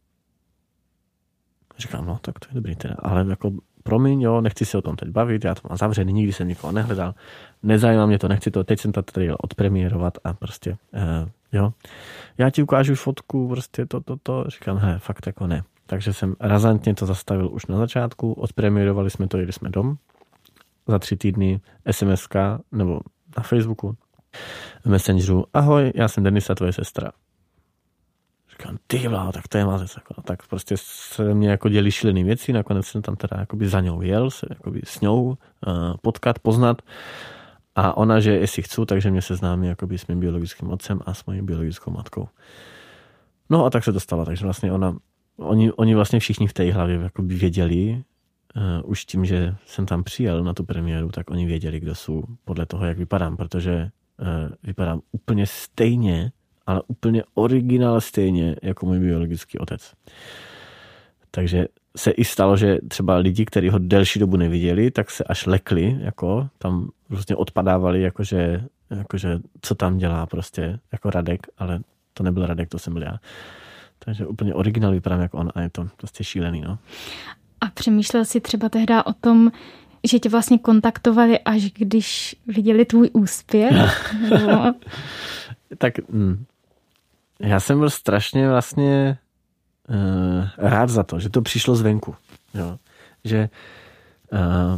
Říkám, no, tak to je dobrý teda, ale jako promiň, jo, nechci se o tom teď bavit, já to mám zavřený, nikdy jsem nikoho nehledal, nezajímá mě to, nechci to, teď jsem to tady odpremiérovat a prostě, uh, jo, já ti ukážu fotku, prostě to, to, to, říkám, he, fakt jako ne. Takže jsem razantně to zastavil už na začátku, odpremiérovali jsme to, jeli jsme dom, za tři týdny es em eska, nebo na Facebooku, v Messengeru, ahoj, já jsem Denisa, tvoje sestra. Říkám, ty vláho, tak to je mazec. Jako. Tak prostě se mě jako děli šílený věci, nakonec jsem tam teda jakoby za ňou jel, se jakoby s ňou uh, potkat, poznat. A ona, že jestli chci, takže mě seznámí jakoby s mým biologickým otcem a s mojí biologickou matkou. No a tak se to stalo, takže vlastně ona, oni, oni vlastně všichni v té hlavě jakoby věděli, uh, už tím, že jsem tam přijel na tu premiéru, tak oni věděli, kdo jsou podle toho, jak vypadám, protože uh, vypadám úplně stejně, ale úplně originál stejně jako můj biologický otec. Takže se i stalo, že třeba lidi, kteří ho delší dobu neviděli, tak se až lekli, jako tam prostě odpadávali, jakože, jakože co tam dělá prostě, jako Radek, ale to nebyl Radek, to jsem byl já. Takže úplně originál vypadám jako on a je to prostě šílený, no. A přemýšlel jsi třeba tehdy o tom, že tě vlastně kontaktovali, až když viděli tvůj úspěch? No. Tak hm. já jsem byl strašně vlastně uh, rád za to, že to přišlo zvenku. Jo. Že uh,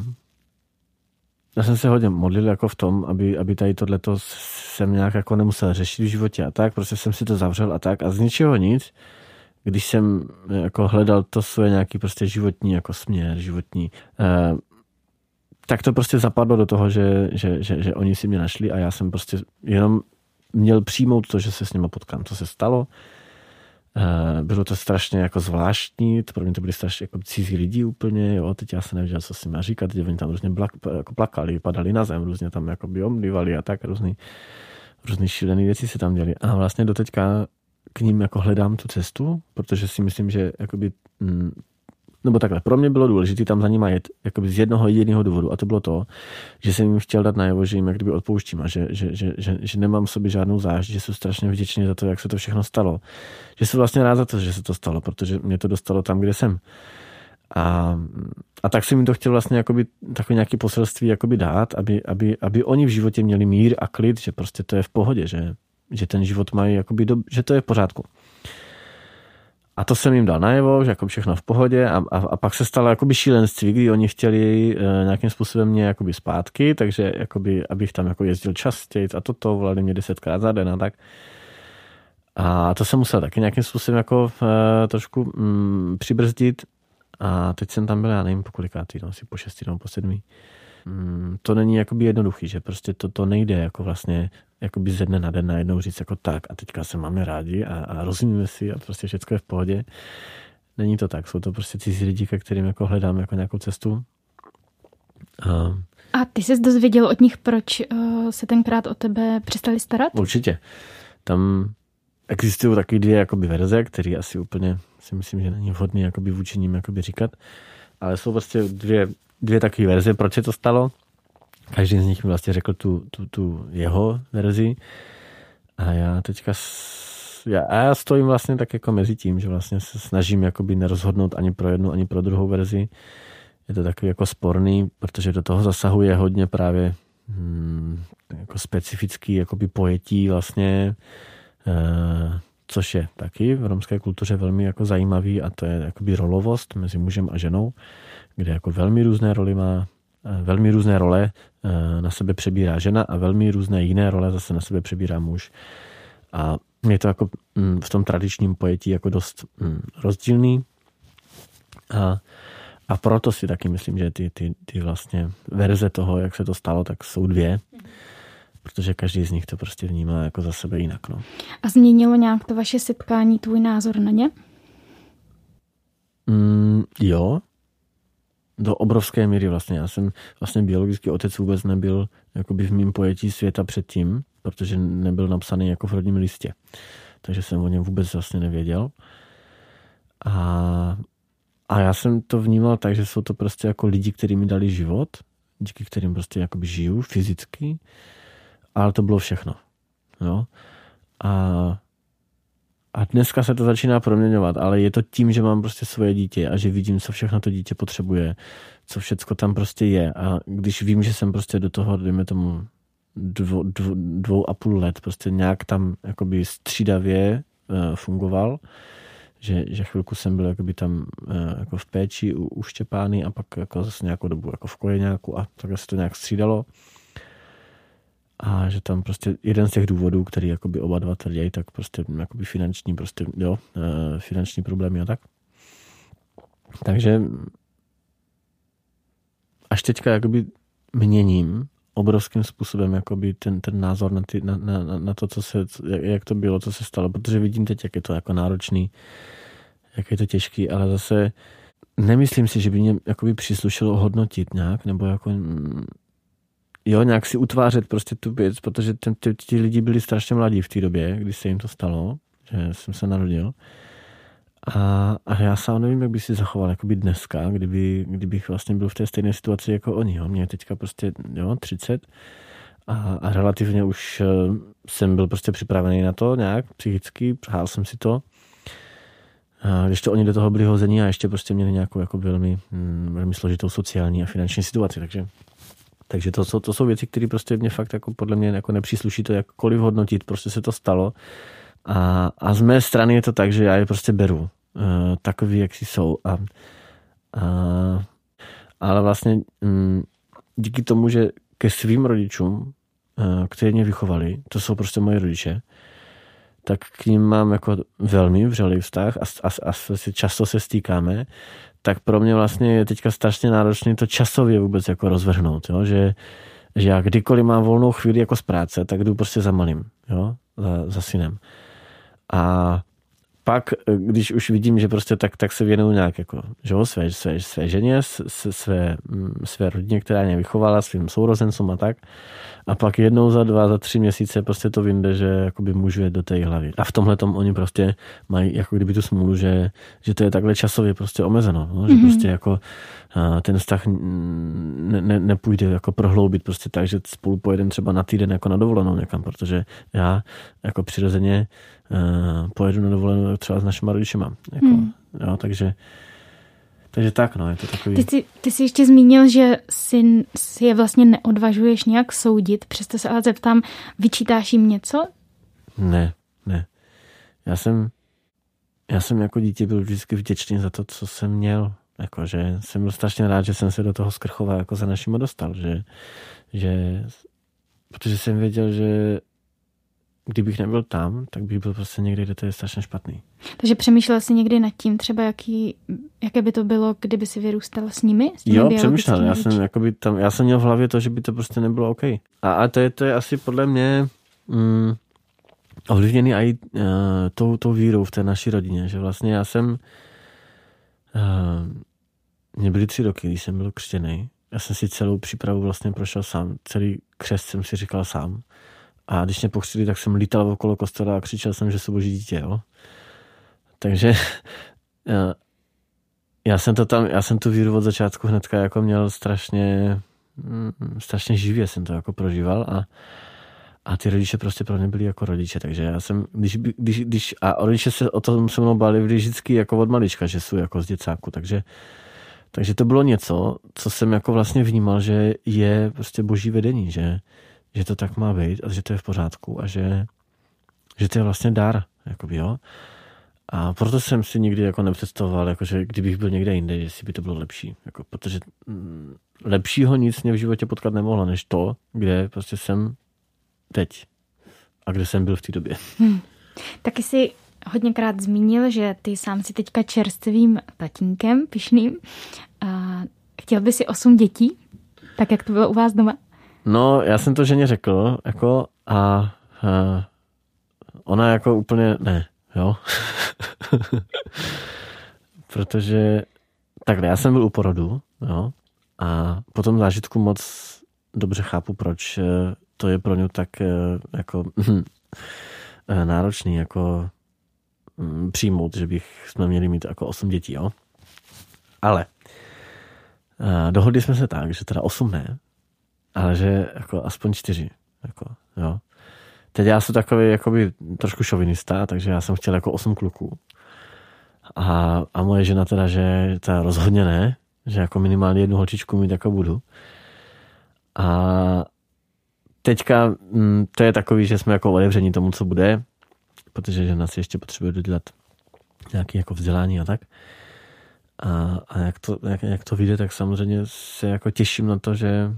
já jsem se hodně modlil jako v tom, aby, aby tady tohleto jsem nějak jako nemusel řešit v životě a tak, prostě jsem si to zavřel a tak a z ničeho nic, když jsem jako hledal to svoje nějaký prostě životní jako směr, životní, uh, tak to prostě zapadlo do toho, že, že, že, že oni si mě našli a já jsem prostě jenom měl přijmout to, že se s nima potkám. To se stalo. Bylo to strašně jako zvláštní, to pro mě to byli strašně jako cizí lidi úplně, jo, teď já jsem nevěděl, co s nimi říkat, teď oni tam různě blak, jako plakali, padali na zem, různě tam jako by omlívali a tak, různý, různý šílený věci se tam děli. A vlastně doteďka k ním jako hledám tu cestu, protože si myslím, že jakoby, mm, nebo takhle, pro mě bylo důležité tam za nima jet jakoby z jednoho jediného důvodu a to bylo to, že jsem jim chtěl dát najevo, že jim jak kdyby odpouštím a že, že, že, že, že nemám v sobě žádnou zášť, že jsem strašně vděčný za to, jak se to všechno stalo. Že jsem vlastně rád za to, že se to stalo, protože mě to dostalo tam, kde jsem. A, a tak jsem jim to chtěl vlastně jakoby, takové nějaké poselství jakoby dát, aby, aby, aby oni v životě měli mír a klid, že prostě to je v pohodě, že, že ten život mají jakoby do, že to je v pořádku. A to jsem jim dal najevo, že jako všechno v pohodě a, a, a pak se stalo jakoby šílenství, kdy oni chtěli e, nějakým způsobem mě jakoby zpátky, takže jakoby, abych tam jako jezdil častěji a toto, volali mě desetkrát za den a tak. A to jsem musel taky nějakým způsobem jako e, trošku mm, přibrzdit a teď jsem tam byl, já nevím po kolikátý, no, asi po šestý nebo po sedmý. Mm, to není jakoby jednoduchý, že prostě to, to nejde jako vlastně jakoby ze dne na den najednou říct jako tak a teďka se máme rádi a, a rozumíme si a prostě všechno je v pohodě. Není to tak, jsou to prostě cizí lidi, ke kterým jako hledám jako nějakou cestu. A, a ty jsi dozvěděl od nich, proč uh, se tenkrát o tebe přestali starat? Určitě. Tam existují taky dvě jakoby verze, které asi úplně si myslím, že není vhodný jakoby vůči ním jakoby říkat, ale jsou prostě dvě, dvě takové verze, proč se to stalo. Každý z nich mi vlastně řekl tu, tu, tu jeho verzi a já teďka já, a já stojím vlastně tak jako mezi tím, že vlastně se snažím jakoby nerozhodnout ani pro jednu, ani pro druhou verzi. Je to takový jako sporný, protože do toho zasahuje hodně právě hmm, jako specifický jakoby pojetí vlastně, eh, což je taky v romské kultuře velmi jako zajímavý a to je jakoby rolovost mezi mužem a ženou, kde jako velmi různé roli má velmi různé role na sebe přebírá žena a velmi různé jiné role zase na sebe přebírá muž. A je to jako v tom tradičním pojetí jako dost rozdílný. A, a proto si taky myslím, že ty, ty, ty vlastně verze toho, jak se to stalo, tak jsou dvě. Protože každý z nich to prostě vnímá jako za sebe jinak. No. A změnilo nějak to vaše setkání tvůj názor na ně? Mm, jo. Do obrovské míry vlastně. Já jsem vlastně biologický otec vůbec nebyl jakoby v mým pojetí světa předtím, protože nebyl napsaný jako v rodním listě. Takže jsem o něm vůbec vlastně nevěděl. A, a já jsem to vnímal tak, že jsou to prostě jako lidi, kteří mi dali život, díky kterým prostě jakoby žiju fyzicky, ale to bylo všechno. Jo? A A dneska se to začíná proměňovat, ale je to tím, že mám prostě svoje dítě a že vidím, co všechno to dítě potřebuje, co všecko tam prostě je. A když vím, že jsem prostě do toho, dejme tomu, dvou, dvou, dvou a půl let prostě nějak tam jakoby střídavě uh, fungoval, že, že chvilku jsem byl jakoby tam uh, jako v péči u, u Štěpány a pak jako zase nějakou dobu jako v kojeňáku a takhle se to nějak střídalo. A že tam prostě jeden z těch důvodů, který jakoby oba dva tvrdí, tak prostě jakoby finanční, prostě, jo, finanční problémy a tak. Takže až teďka jakoby měním obrovským způsobem jakoby ten, ten názor na, ty, na, na, na to, co se, jak, jak to bylo, co se stalo, protože vidím teď, jak je to jako náročný, jak je to těžký, ale zase nemyslím si, že by mě jakoby příslušelo hodnotit nějak, nebo jako jo, nějak si utvářet prostě tu věc, protože ten, ty, ti lidi byli strašně mladí v té době, kdy se jim to stalo, že jsem se narodil. A, a já sám nevím, jak by si zachoval jakoby dneska, kdyby, kdybych vlastně byl v té stejné situaci jako oni. Jo. Mě je teďka prostě jo, třicet a, a relativně už jsem byl prostě připravený na to nějak psychicky, přál jsem si to. A když to oni do toho byli hození a ještě prostě měli nějakou jako velmi, hm, velmi složitou sociální a finanční situaci, takže takže to, to, to jsou věci, které prostě mě fakt jako podle mě jako nepřísluší to jakkoliv hodnotit, prostě se to stalo a, a z mé strany je to tak, že já je prostě beru uh, takový, jak si jsou a, a ale vlastně um, díky tomu, že ke svým rodičům, uh, kteří mě vychovali, to jsou prostě moje rodiče, tak k ním mám jako velmi vřelý vztah a, a, a často se stýkáme, tak pro mě vlastně je teďka strašně náročné to časově vůbec jako rozvrhnout, jo? Že, že já kdykoliv mám volnou chvíli jako z práce, tak jdu prostě za malým, jo? Za, za synem. A pak, když už vidím, že prostě tak, tak se věnuju nějak jako, že jo, své, své, své ženě, své, své rodině, která mě vychovala, svým sourozencům a tak. A pak jednou za dva, za tři měsíce prostě to vyjde, že jakoby můžu jet do té hlavy. A v tomhle tom oni prostě mají jako kdyby tu smůlu, že, že to je takhle časově prostě omezeno. No? Že mm-hmm. prostě jako ten vztah ne, ne, nepůjde jako prohloubit prostě tak, že spolu pojedeme třeba na týden jako na dovolenou někam, protože já jako přirozeně uh, pojedu na dovolenou třeba s našima rodičima. Jako, mm. jo, takže Takže tak, no, je to takový... Ty jsi, ty jsi ještě zmínil, že si, si je vlastně neodvažuješ nějak soudit, přesto se ale zeptám, vyčítáš jim něco? Ne, ne. Já jsem, já jsem jako dítě byl vždycky vděčný za to, co jsem měl. Jako, že jsem byl strašně rád, že jsem se do toho Skrchova jako za našima dostal, že, že protože jsem věděl, že kdybych nebyl tam, tak bych byl prostě někde, kde to je strašně špatný. Takže přemýšlel jsi někdy nad tím třeba, jaký, jaké by to bylo, kdyby si vyrůstal s nimi? S jo, přemýšlel. Já jsem, jakoby tam, já jsem měl v hlavě to, že by to prostě nebylo OK. A, a to, je, to je asi podle mě mm, ovlivněný i uh, tou, tou vírou v té naší rodině, že vlastně já jsem uh, mě byly tři roky, když jsem byl křtěnej. Já jsem si celou přípravu vlastně prošel sám. Celý křest jsem si říkal sám. A když mě pokřtili, tak jsem lítal okolo kostela a křičel jsem, že jsou boží dítě, jo. Takže já, já jsem to tam, já jsem tu víru od začátku hnedka jako měl strašně, strašně živě jsem to jako prožíval a, a ty rodiče prostě pro mě byli jako rodiče, takže já jsem, když, když, když a rodiče se o tom se mnou bavili vždycky jako od malička, že jsou jako z děcáku, takže takže to bylo něco, co jsem jako vlastně vnímal, že je prostě boží vedení, že že to tak má být a že to je v pořádku a že, že to je vlastně dar, jakoby, jo. A proto jsem si nikdy jako nepředstavoval, jako, že kdybych byl někde jinde, jestli by to bylo lepší. Jako, protože mm, lepšího nic mě v životě potkat nemohla, než to, kde prostě jsem teď a kde jsem byl v té době. Hmm. Taky jsi hodněkrát zmínil, že ty sám si teďka čerstvým tatínkem, pyšným. A chtěl by si osm dětí, tak jak to bylo u vás doma? No, já jsem to ženě řekl, jako a, a ona jako úplně ne, jo. Protože takhle, já jsem byl u porodu, jo, a po tom zážitku moc dobře chápu, proč to je pro ně tak jako náročný, jako přijmout, že bych jsme měli mít jako osm dětí, jo. Ale dohodli jsme se tak, že teda osm ne, ale že jako aspoň čtyři. Jako, jo. Teď já jsem takový jakoby trošku šovinista, takže já jsem chtěl jako osm kluků. A, a moje žena teda, že teda rozhodně ne, že jako minimálně jednu holčičku mít jako budu. A teďka m, to je takový, že jsme jako otevření tomu, co bude, protože žena si ještě potřebuje dodělat nějaké jako vzdělání a tak. A, a jak, to, jak, jak to vyjde, tak samozřejmě se jako těším na to, že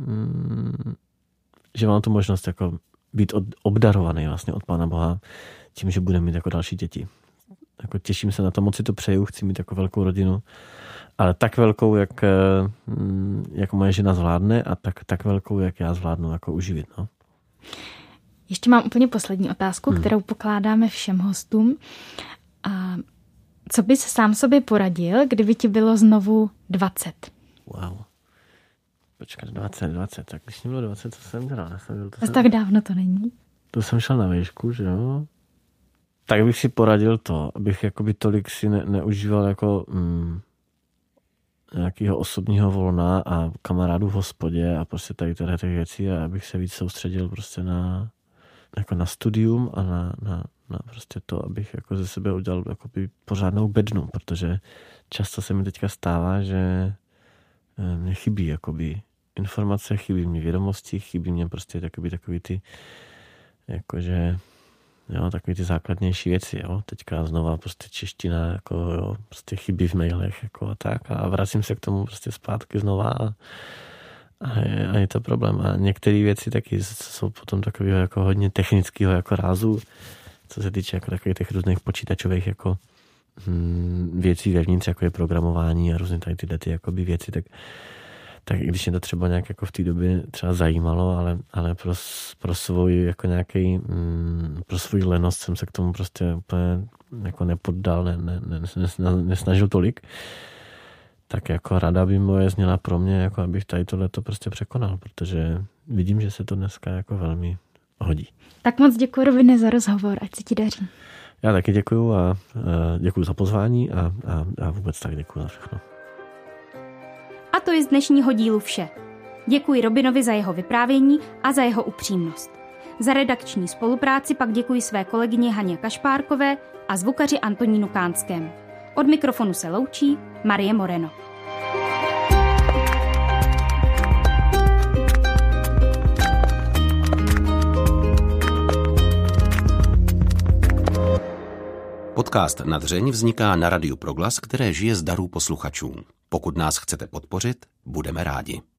že mám tu možnost jako být od, obdarovaný vlastně od Pána Boha tím, že budeme mít jako další děti. Jako těším se na to, moc si to přeju, chci mít jako velkou rodinu, ale tak velkou, jak, jak moje žena zvládne a tak, tak velkou, jak já zvládnu jako uživit. No. Ještě mám úplně poslední otázku, hmm. kterou pokládáme všem hostům. A co bys sám sobě poradil, kdyby ti bylo znovu dvacet? Wow. Počkat, dvacet, dvacet. Tak když mě bylo dvacet, co jsem dělal? Já jsem byl, to jsem, tak dávno to není. To jsem šel na výšku, že jo? Tak bych si poradil to, abych jakoby tolik si ne, neužíval jako mm, nějakého osobního volna a kamarádů v hospodě a prostě tady tyhle těch věcí a abych se víc soustředil prostě na, jako na studium a na, na, na prostě to, abych jako ze sebe udělal jakoby pořádnou bednu, protože často se mi teďka stává, že mě chybí jakoby informace, chybí mě vědomosti, chybí mě prostě takový, takový ty jakože jo, takový ty základnější věci, jo. Teďka znova prostě čeština, jako jo, prostě chybí v mailech, jako a tak a vracím se k tomu prostě zpátky znova a, a, je, a je to problém. A některé věci taky jsou potom takového jako hodně technického jako rázu, co se týče jako takových těch různých počítačových jako hm, věcí vevnitř, jako je programování a různé tady tyhle ty jakoby věci, tak tak i když mě to třeba nějak jako v té době třeba zajímalo, ale, ale pro, pro svůj jako nějaký, mm, pro svůj lenost jsem se k tomu prostě úplně jako nepoddal, ne, ne, ne, ne, nesnažil tolik, tak jako rada by moje zněla pro mě, jako abych tady tohleto prostě překonal, protože vidím, že se to dneska jako velmi hodí. Tak moc děkuji, Robine, za rozhovor, ať se ti daří. Já taky děkuju a, a děkuju za pozvání a, a, a vůbec tak děkuju za všechno. A to je z dnešního dílu vše. Děkuji Robinovi za jeho vyprávění a za jeho upřímnost. Za redakční spolupráci pak děkuji své kolegyně Haně Kašpárkové a zvukaři Antonínu Kánskému. Od mikrofonu se loučí Marie Moreno. Podcast Nadřeň vzniká na Radiu Proglas, které žije z darů posluchačů. Pokud nás chcete podpořit, budeme rádi.